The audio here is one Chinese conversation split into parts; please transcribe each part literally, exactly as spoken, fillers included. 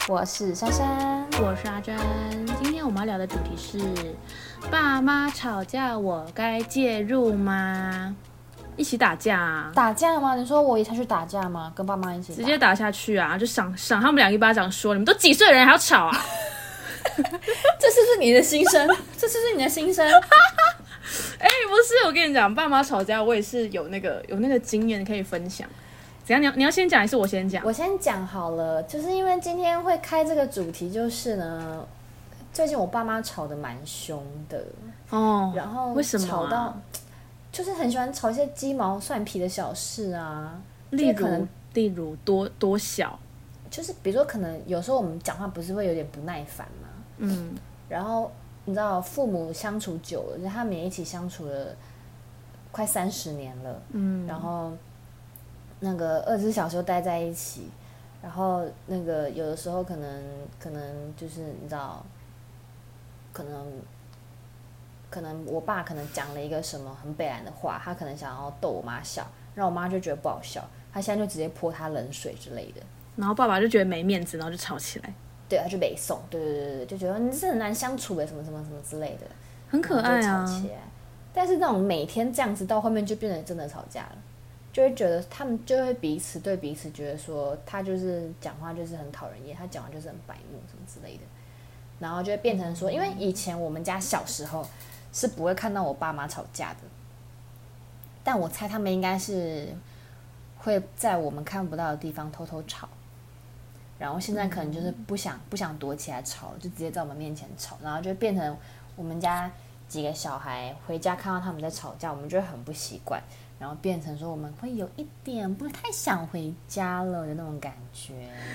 我是珊珊， 我是阿珍。今天我们要聊的主题是：爸妈吵架，我该介入吗？一起打架啊？ 打架吗？你说我也才去打架吗？跟爸妈一起打直接打下去啊！就赏赏他们两一巴掌说，你们都几岁的人还要吵啊？ 这是不是你的心声？这是不是你的心声？ 哎、欸，不是，我跟你讲，爸妈吵架，我也是有那个有那个经验可以分享。怎样？你要你要先讲还是我先讲？ 我先讲好了，就是因为今天会开这个主题，就是呢，最近我爸妈吵得蛮凶的哦， 然后为什么、啊、 吵到，就是很喜欢吵一些鸡毛蒜皮的小事啊， 例如可能例如多多小， 就是比如说可能有时候我们讲话不是会有点不耐烦嘛， 嗯， 然后你知道父母相处久了，就他们也一起相处了快三十年了，嗯，然后。那个二十四小时待在一起，然后那个有的时候可能可能就是你知道，可能可能我爸可能讲了一个什么很北蓝的话，他可能想要逗我妈笑，让我妈就觉得不好笑，他现在就直接泼他冷水之类的， 然后爸爸就觉得没面子，然后就吵起来， 对，他就北宋，对对对对，就觉得你是很难相处的，什么什么什么之类的， 很可爱啊， 吵起来。但是那种每天这样子到后面就变成真的吵架了。就会觉得他们就会彼此对彼此觉得说他就是讲话就是很讨人厌，他讲话就是很白目什么之类的，然后就会变成说，因为以前我们家小时候是不会看到我爸妈吵架的，但我猜他们应该是会在我们看不到的地方偷偷吵，然后现在可能就是不想不想躲起来吵，就直接在我们面前吵，然后就变成我们家几个小孩回家看到他们在吵架，我们就会很不习惯。然后变成说我们会有一点不太想回家了的那种感觉，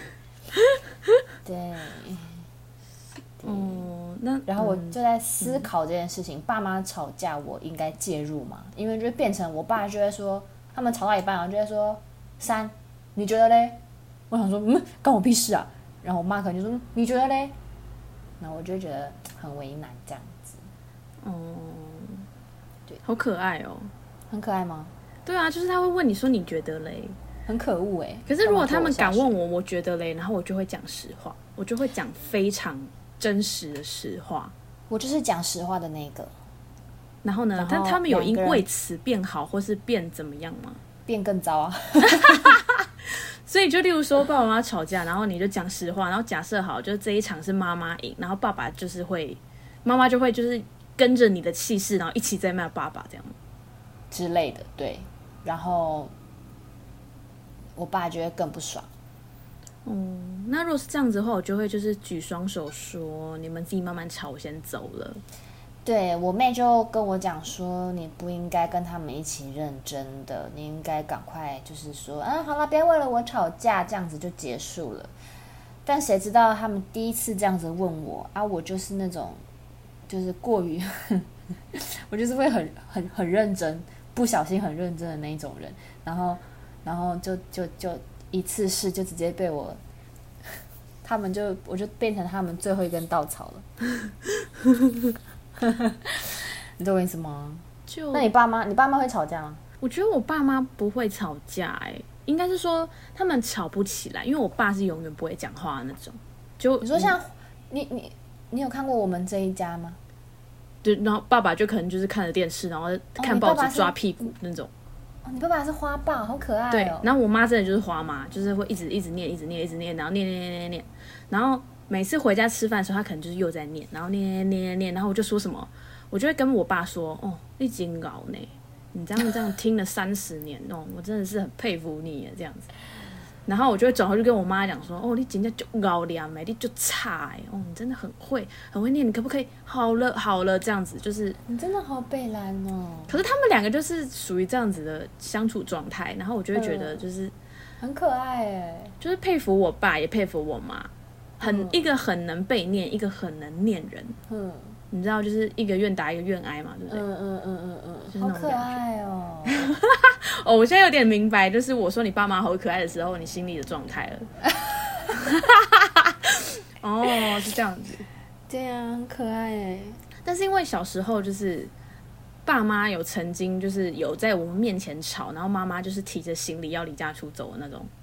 对， 哦，那然后我就在思考这件事情，嗯、爸妈吵架我应该介入吗？因为就变成我爸就会说，他们吵到一半，然后就会说三，你觉得嘞？我想说，嗯，关我屁事啊！然后我妈可能就说，你觉得嘞？然后我就会觉得很为难这样子。 哦，对，好可爱哦。 很可爱吗？ 对啊，就是他会问你说你觉得嘞， 很可恶哎、欸。 可是如果他们敢问我，我觉得嘞，然后我就会讲实话，我就会讲非常真实的实话。 我就是讲实话的那个。 然后呢？然后但他们有因为此变好，或是变怎么样吗？ 变更糟啊！ 所以就例如说爸爸妈妈吵架，然后你就讲实话，然后假设好，就是这一场是妈妈赢，然后爸爸就是会，妈妈就会就是跟着你的气势，然后一起在骂爸爸这样。 之类的，对，然后我爸就会更不爽。 嗯，那如果是这样子的话，我就会就是举双手说：“你们自己慢慢吵，我先走了。” 对，我妹就跟我讲说：“你不应该跟他们一起认真的，你应该赶快就是说，啊，好了，不要为了我吵架，这样子就结束了。”但谁知道他们第一次这样子问我啊，我就是那种就是过于，我就是会很很很认真。不小心很认真的那一种人，然后，然后就就就一次试就直接被我，他们就我就变成他们最后一根稻草了。你懂我意思吗？就那你爸妈，你爸妈会吵架吗？ 我觉得我爸妈不会吵架、欸，哎，应该是说他们吵不起来，因为我爸是永远不会讲话的那种。就你说像、嗯、你你你有看过我们这一家吗？ 对，然后爸爸就可能就是看着电视，然后看报纸抓屁股那种。 哦，你爸爸是花爸，好可爱哦。 对，然后我妈真的就是花妈，就是会一直一直念，一直念，一直念，然后念念念念念，然后每次回家吃饭的时候，她可能就是又在念，然后念念念念念，然后我就说什么，我就会跟我爸说，哦，你真熬呢，你这样这样听了三十年哦，我真的是很佩服你这样子。然后我就会转头就跟我妈讲说，哦，你真的就熬练哎，你就差哎，哦，你真的很会，很会念，你可不可以好了好了这样子？就是你真的好北蓝哦。 可是他们两个就是属于这样子的相处状态，然后我就会觉得就是、嗯、 很可爱哎， 就是佩服我爸，也佩服我妈，很、嗯、一个很能被念，一个很能念人，嗯。你知道，就是一个愿打一个愿挨嘛，对不对？ 嗯嗯嗯嗯嗯，就是、好可爱哦！ 哦，我现在有点明白，就是我说你爸妈好可爱的时候，你心里的状态了。哦，是这样子。 对啊，很可爱哎。 但是因为小时候就是爸妈有曾经就是有在我们面前吵，然后妈妈就是提着行李要离家出走的那种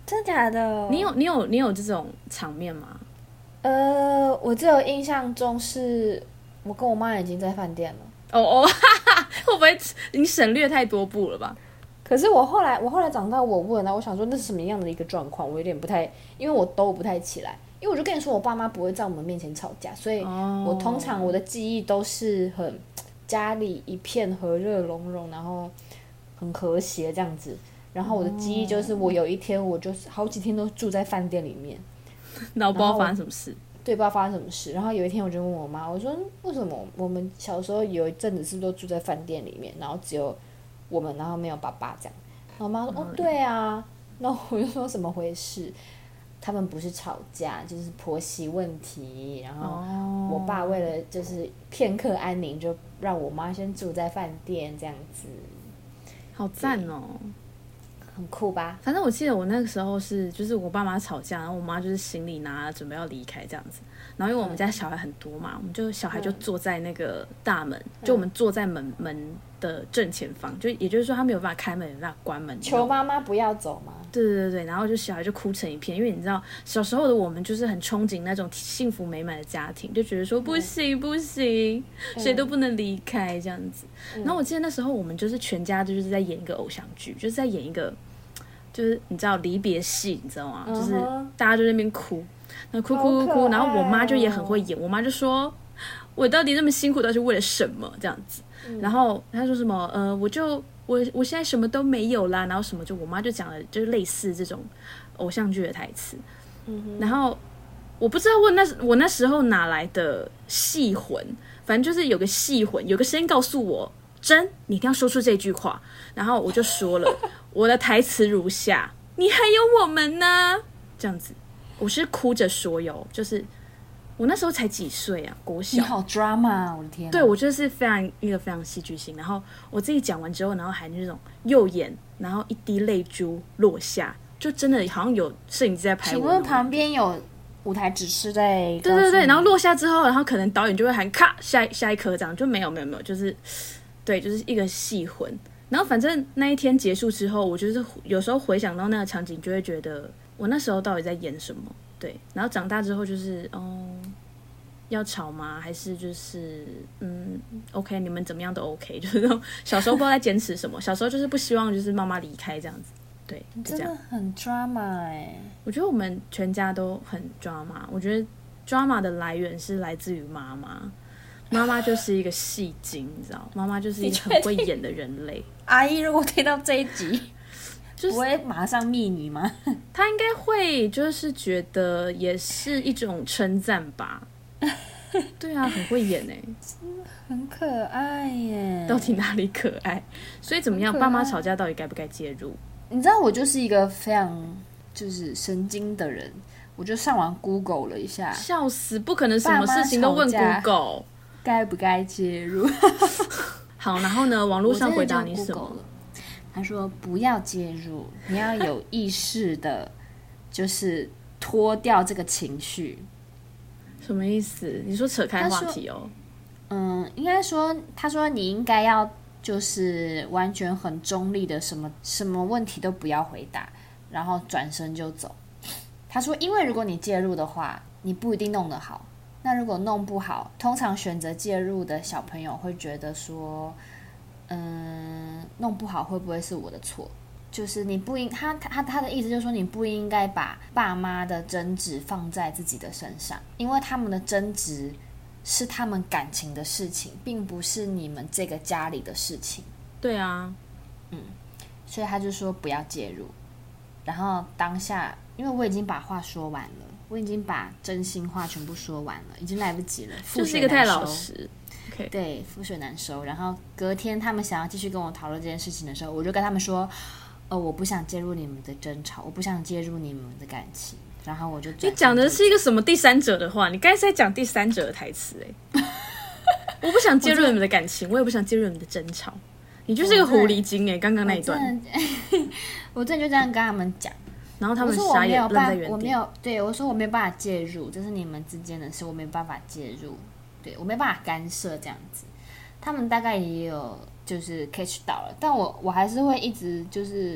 真的假的？ 你有你有你有这种场面吗？ 呃，我只有印象中是我跟我妈已经在饭店了。 哦哦，哈哈，会不会你省略太多步了吧？ 可是我后来我后来长大，我问了，我想说那是什么样的一个状况，我有点不太，因为我都不太起来，因为我就跟你说我爸妈不会在我们面前吵架，所以我通常我的记忆都是很家里一片和乐融融，然后很和谐这样子。然后我的记忆就是我有一天我就是好几天都住在饭店里面， 然后不知道发生什么事。 对，不知道发生什么事。然后有一天我就问我妈，我说为什么我们小时候有一阵子是不是都住在饭店里面，然后只有我们，然后没有爸爸这样。然后我妈说：“哦，对啊。”那我就说：“怎么回事？”他们不是吵架，就是婆媳问题。然后我爸为了就是片刻安宁，就让我妈先住在饭店这样子。 好赞哦！ 很酷吧？ 反正我记得我那个时候是，就是我爸妈吵架，然后我妈就是行李拿了准备要离开这样子。然后因为我们家小孩很多嘛，我们就小孩就坐在那个大门，嗯、就我们坐在门门的正前方，就也就是说他没有办法开门，没有办法关门。 求妈妈不要走嘛。 对对对对，然后就小孩就哭成一片，因为你知道小时候的我们就是很憧憬那种幸福美满的家庭，就觉得说不行、嗯、不行，谁都不能离开这样子。嗯、然后我记得那时候我们就是全家就是在演一个偶像剧，就是在演一个。就是你知道离别戏，你知道吗？ Uh-huh. 就是大家就在那边哭，然后哭哭哭哭，然后我妈就也很会演，我妈就说：“我到底那么辛苦，到底是为了什么？”这样子，嗯、然后她说什么？呃，我就我我现在什么都没有啦，然后什么就我妈就讲了，就是类似这种偶像剧的台词。嗯、然后我不知道我那我那时候哪来的戏魂，反正就是有个戏魂，有个声音告诉我：“真，你一定要说出这句话。”然后我就说了。我的台词如下：你还有我们呢，这样子，我是哭着说哟，就是我那时候才几岁啊，国小。 你好 drama， 我的天、啊！ 对，我就是非常一个非常戏剧性，然后我自己讲完之后，然后还那种右眼，然后一滴泪珠落下，就真的好像有摄影机在拍我。 请问旁边有舞台指示在？ 对对对，然后落下之后，然后可能导演就会喊咔下下一颗这样，就没有没有没有，就是对，就是一个戏魂。然后反正那一天结束之后，我就是有时候回想到那个场景，就会觉得我那时候到底在演什么？对，然后长大之后就是哦，要吵吗？还是就是嗯 ，OK， 你们怎么样都 OK， 就是那种小时候不知道在坚持什么，小时候就是不希望就是妈妈离开这样子。对，就这样。 真的很 drama 哎、欸！ 我觉得我们全家都很 drama， 我觉得 drama 的来源是来自于妈妈。妈妈就是一个戏精，你知道，妈妈就是一个很会演的人类。 阿姨如果听到这一集，就是不会马上密你吗？ 她应该会，就是觉得也是一种称赞吧。对啊，很会演哎， 很可爱耶。 到底哪里可爱？所以怎么样？爸妈吵架到底该不该介入？ 你知道我就是一个非常就是神经的人，我就上网 Google 了一下， 笑死，不可能什么事情都问 Google。 该不该介入？ 好，然后呢？网络上回答你什么？ 他说不要介入，你要有意识的，就是脱掉这个情绪。 什么意思？你说扯开话题哦？ 嗯，应该说，他说你应该要就是完全很中立的，什么什么问题都不要回答，然后转身就走。他说，因为如果你介入的话，你不一定弄得好。那如果弄不好，通常选择介入的小朋友会觉得说，嗯，弄不好会不会是我的错？就是你不应他他他的意思就是说，你不应该把爸妈的争执放在自己的身上，因为他们的争执是他们感情的事情，并不是你们这个家里的事情。 对啊， 嗯，所以他就说不要介入。然后当下，因为我已经把话说完了。我已经把真心话全部说完了，已经来不及了。 就是一个太老实， okay. 对，覆水难收。然后隔天他们想要继续跟我讨论这件事情的时候，我就跟他们说：“哦，我不想介入你们的争吵，我不想介入你们的感情。”然后我就你讲的是一个什么第三者的话？你刚才在讲第三者的台词哎、欸！我不想介入你们的感情，我也不想介入你们的争吵。你就是一个狐狸精哎、欸！刚刚那一段， 我真的就这样跟他们讲。 然后他们傻眼愣在原地。 我没有对我说我没有办法介入，这是你们之间的事，我没办法介入，对我没办法干涉这样子。他们大概也有就是 catch 到了，但我我还是会一直就是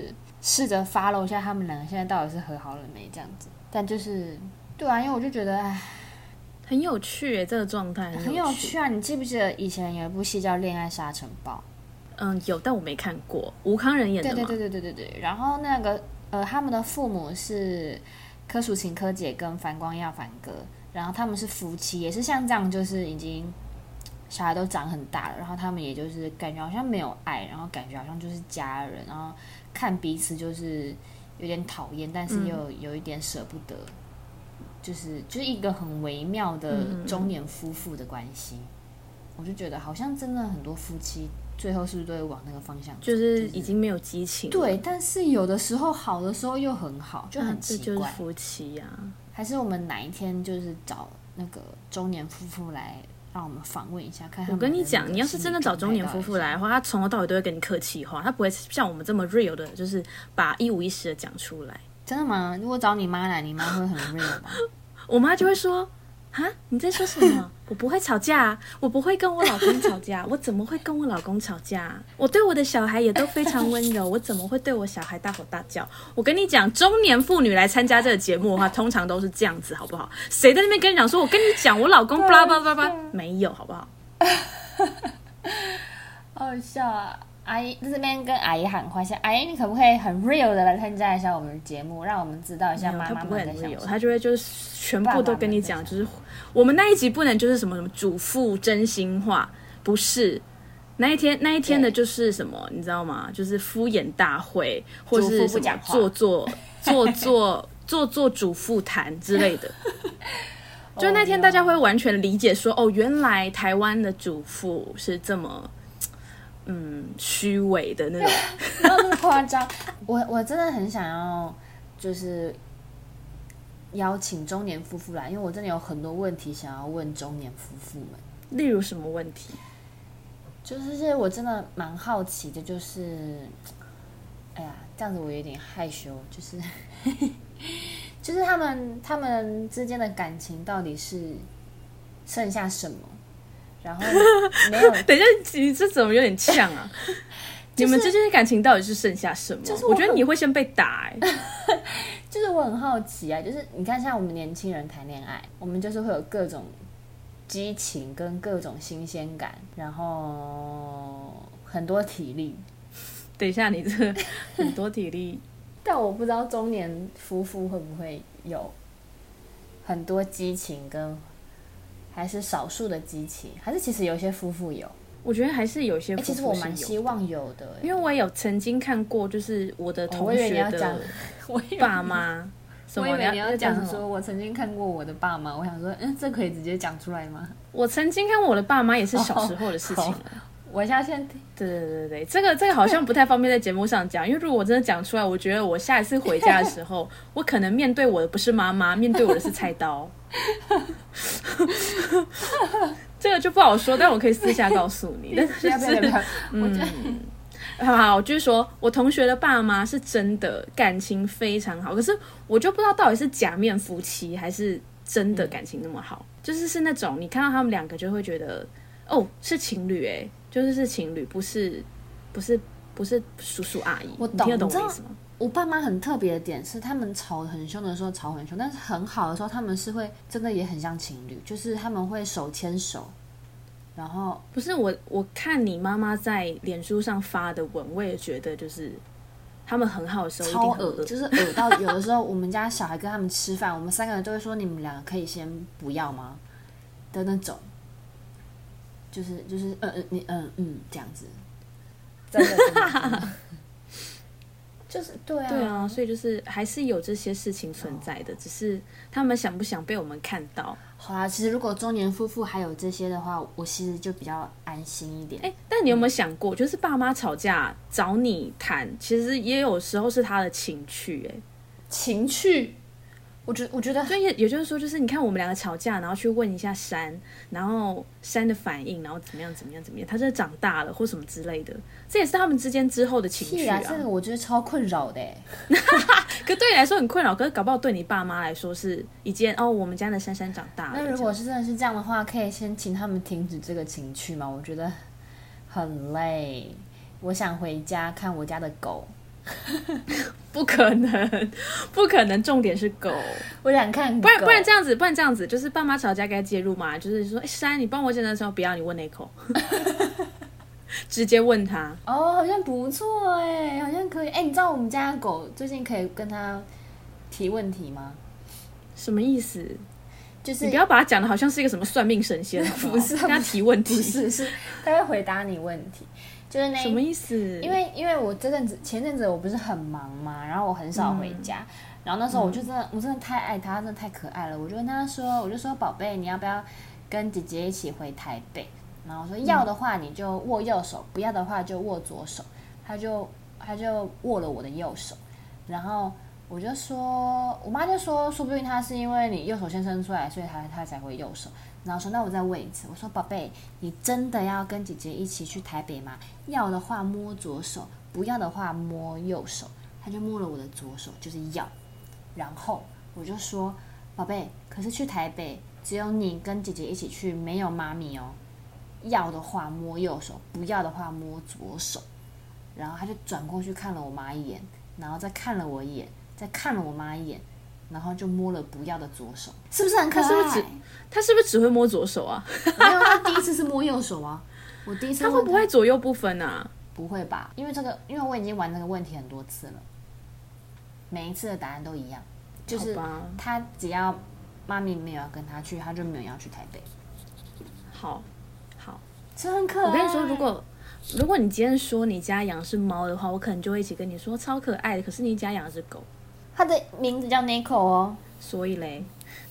试着 follow 一下他们两个现在到底是和好了没这样子。但就是对啊，因为我就觉得哎， 很有趣耶，这个状态很有趣啊！你记不记得以前有一部戏叫《恋爱沙尘暴》？ 嗯，有，但我没看过，吴康仁演的吗？ 对对对对对对对。然后那个呃，他们的父母是柯淑勤柯姐跟樊光耀樊哥，然后他们是夫妻，也是像这样，就是已经小孩都长很大了，然后他们也就是感觉好像没有爱，然后感觉好像就是家人，然后看彼此就是有点讨厌，但是又有一点舍不得，嗯、就是就是一个很微妙的中年夫妇的关系。嗯、我就觉得好像真的很多夫妻最后是不是都会往那个方向走， 就是已经没有激情了。 对，但是有的时候好的时候又很好，就很奇怪。 啊、这就是夫妻呀、啊。 还是我们哪一天就是找那个中年夫妇来，让我们访问一下，看他们。 我跟你讲，你要是真的找中年夫妇来的话，他从头到尾都会跟你客气话，他不会像我们这么 real 的，就是把一五一十的讲出来。 真的吗？如果找你妈来，你妈会很 real 吗？ 我妈就会说：“啊，你在说什么？我不会吵架、啊，我不会跟我老公吵架，我怎么会跟我老公吵架、啊？我对我的小孩也都非常温柔，我怎么会对我小孩大吼大叫？我跟你讲，中年妇女来参加这个节目的话，通常都是这样子，好不好？谁在那边跟你讲说，我跟你讲，我老公巴拉巴拉巴拉，没有，好不好？ 好笑啊！阿姨在这边跟阿姨喊话一下，阿姨你可不可以很 real 的来参加一下我们的节目，让我们知道一下妈妈们在想什么？ 他就会就是全部都跟你讲，就是我们那一集不能就是什么什么主妇真心话，不是那一天那一天的就是什么，你知道吗？就是敷衍大会，或是什么做作做作做作主妇谈之类的。就那天大家会完全理解说，哦，原来台湾的主妇是这么。嗯，虚伪的那种， 没有那么夸张。我我真的很想要，就是邀请中年夫妇来，因为我真的有很多问题想要问中年夫妇们。 例如什么问题？ 就是我真的蛮好奇的，就是，哎呀，这样子我有点害羞，就是就是他们他们之间的感情到底是剩下什么？然后没有， 等一下，你这怎么有点呛啊？就是、你们之间的感情到底是剩下什么？就是、我, 我觉得你会先被打哎、欸。 就是我很好奇啊，就是你看，像我们年轻人谈恋爱，我们就是会有各种激情跟各种新鲜感，然后很多体力。 等一下，你这很多体力， 但我不知道中年夫妇会不会有很多激情跟。还是少数的激情，还是其实有些夫妇有？ 我觉得还是有些夫妇是有的、欸、其实我蛮希望有的、欸， 因为我有曾经看过，就是我的同学的爸妈。 我以为你要讲说，我曾经看过我的爸妈。我想说，嗯，这可以直接讲出来吗？ 我曾经看过我的爸妈，也是小时候的事情了。 我现在先听。 对对对对，这个这个好像不太方便在节目上讲，因为如果我真的讲出来，我觉得我下一次回家的时候，我可能面对我的不是妈妈，面对我的是菜刀。这个就不好说，但我可以私下告诉你。但是，嗯，好好，我就是说我同学的爸妈是真的感情非常好，可是我就不知道到底是假面夫妻还是真的感情那么好，嗯、就是是那种你看到他们两个就会觉得，哦，是情侣哎、欸，就是是情侣，不是不是不是叔叔阿姨。 我懂， 你听得懂我意思吗？ 我爸妈很特别的点是，他们吵很凶的时候吵很凶，但是很好的时候，他们是会真的也很像情侣，就是他们会手牵手，然后不是我我看你妈妈在脸书上发的文，我也觉得就是他们很好的时候一定很恶，就是恶到有的时候我们家小孩跟他们吃饭，我们三个人都会说你们两个可以先不要吗的那种，就是就是嗯嗯你嗯嗯这样子，真的真的真的。就是对啊， 对啊，所以就是还是有这些事情存在的，哦、只是他们想不想被我们看到。 好啊，其实如果中年夫妇还有这些的话，我其实就比较安心一点。 哎，但你有没有想过，嗯、就是爸妈吵架找你谈，其实也有时候是他的情趣、欸，哎， 情趣。我觉得，我觉得， 所以也也就是说，就是你看我们两个吵架，然后去问一下珊，然后珊的反应，然后怎么样怎么样怎么样，他真的长大了或什么之类的，这也是他们之间之后的情绪啊。 啊这个我觉得超困扰的， 可对你来说很困扰，可是搞不好对你爸妈来说是一件哦，我们家的珊珊长大了。 那如果是真的是这样的话，可以先请他们停止这个情绪吗？我觉得很累，我想回家看我家的狗。 不可能，不可能，重点是狗。 我想看狗， 不然不然这样子，不然这样子，就是爸妈吵架该介入嘛？就是说，哎、欸，珊，你帮我剪的时候不要，你问那口，直接问他。 哦，好像不错哎，好像可以。哎，你知道我们家的狗最近可以跟他提问题吗？ 什么意思？ 就是你不要把他讲的好像是一个什么算命神仙， 不是跟他提问题， 不是是他会回答你问题。就是那什么意思？ 因为因为我这阵子前阵子我不是很忙嘛，然后我很少回家，嗯、然后那时候我就真的、嗯、我真的太爱他，真的太可爱了，我就跟他说，我就说宝贝，你要不要跟姐姐一起回台北？然后我说要的话你就握右手，不要的话就握左手。他就他就握了我的右手，然后我就说，我妈就说，说不定他是因为你右手先生出来，所以他他才会右手。然后说，那我再问一次，我说宝贝，你真的要跟姐姐一起去台北吗？要的话摸左手，不要的话摸右手。他就摸了我的左手，就是要。然后我就说，宝贝，可是去台北只有你跟姐姐一起去，没有妈咪哦。要的话摸右手，不要的话摸左手。然后他就转过去看了我妈一眼，然后再看了我一眼，再看了我妈一眼。然后就摸了不要的左手，是不是很可爱？他是不是只他是不是只会摸左手啊？ 没有，他第一次是摸右手啊。我第一次问他， 他会不会左右不分啊？ 不会吧？因为这个，因为我已经玩这个问题很多次了，每一次的答案都一样，就是他只要妈咪没有要跟他去，他就没有要去台北。 好，好， 这很可爱。 我跟你说，如果如果你今天说你家养的是猫的话，我可能就会一起跟你说超可爱的。可是你家养的是狗。 它的名字叫 Neko 哦， 所以嘞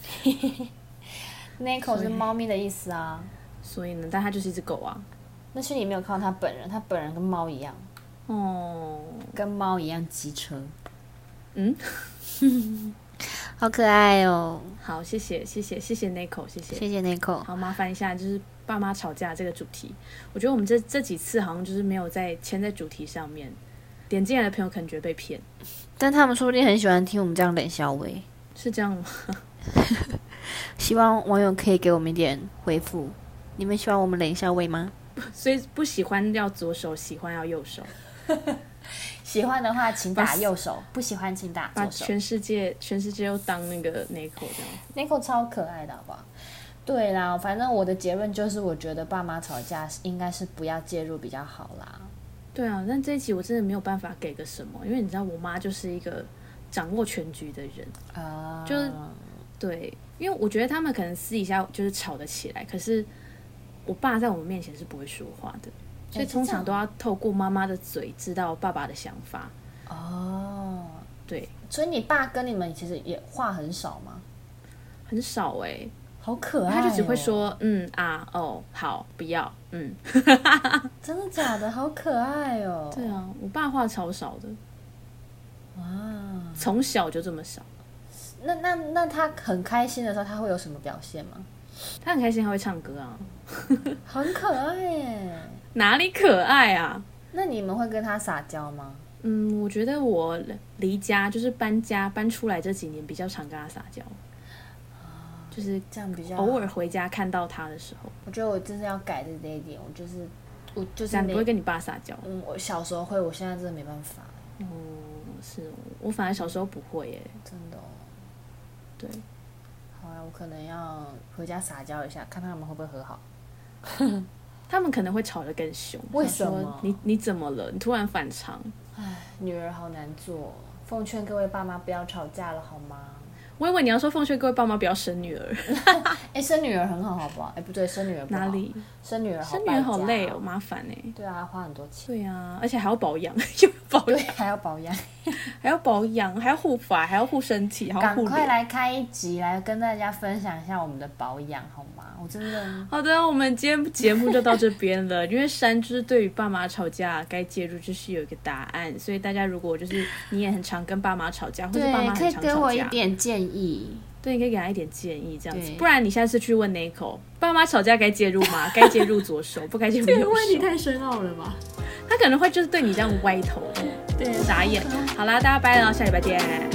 ，Neko 是猫咪的意思啊。 所以呢，但它就是一只狗啊。 那是你没有看到它本人，它本人跟猫一样， 哦， 跟猫一样机车。 嗯， 好可爱哦。 好，谢谢谢谢谢谢 Neko， 谢谢谢谢 Neko。 好，麻烦一下，就是爸妈吵架这个主题，我觉得我们这这几次好像就是没有在牵在主题上面，点进来的朋友可能觉得被骗。 但他们说不定很喜欢听我们这样冷笑话， 是这样吗？ 希望网友可以给我们一点回复。你们喜欢我们冷笑话吗？ 所以不喜欢要左手，喜欢要右手。 喜欢的话请打右手，不喜欢请打左手。 把全世界全世界都当那个 Neko 这样。 Neko 超可爱的，好不好？对啦，反正我的结论就是，我觉得爸妈吵架应该是不要介入比较好啦。 对啊，但这一集我真的没有办法给个什么，因为你知道我妈就是一个掌握全局的人啊，就是对，因为我觉得他们可能私底下就是吵得起来，可是我爸在我们面前是不会说话的，所以通常都要透过妈妈的嘴知道爸爸的想法。哦，对， 所以你爸跟你们其实也话很少吗？ 很少哎、欸。 好可爱、哦， 他就只会说嗯啊哦好不要嗯， 真的假的？好可爱哦。 对啊，我爸话超少的，哇，从小就这么少。 那那那他很开心的时候，他会有什么表现吗？ 他很开心，他会唱歌啊， 很可爱耶。 哪里可爱啊？ 那你们会跟他撒娇吗？ 嗯，我觉得我离家就是搬家搬出来这几年比较常跟他撒娇。就是这样比较偶尔回家看到他的时候， 我觉得我真的要改的这一点，我就是我就是这样不会跟你爸撒娇。 嗯，我小时候会，我现在真的没办法。 哦，是哦，我反而小时候不会耶， 真的、哦。 对， 好啊，我可能要回家撒娇一下，看他们会不会和好。 他们可能会吵得更凶。 为什么？ 你你怎么了？你突然反常。 唉，女儿好难做，奉劝各位爸妈不要吵架了，好吗？ 我以为你要说奉劝各位爸妈不要生女儿。 哎、欸，生女儿很好，好不好？哎、欸，不对，生女儿不好。 哪里？ 生女儿好， 生女儿好累哦，麻烦哎。 对啊，花很多钱。 对啊，而且还要保养，又保养， 还要保养， 还要保养，还要护发，还要护身体，还要护脸。 赶快来开一集来跟大家分享一下我们的保养，好吗？我真的。 好的，我们今天节目就到这边了。因为珊就是对于爸妈吵架该介入就是有一个答案，所以大家如果就是你也很常跟爸妈吵架，或者爸妈很常吵架， 可以给我一点建议。 对，你可以给他一点建议，这样子，不然你下次去问 Neko， 爸妈吵架该介入吗？该介入左手，不该介入右手。 这个问题太深奥了吧？ 他可能会就是对你这样歪头，对，傻眼。好啦，大家拜了，下礼拜见。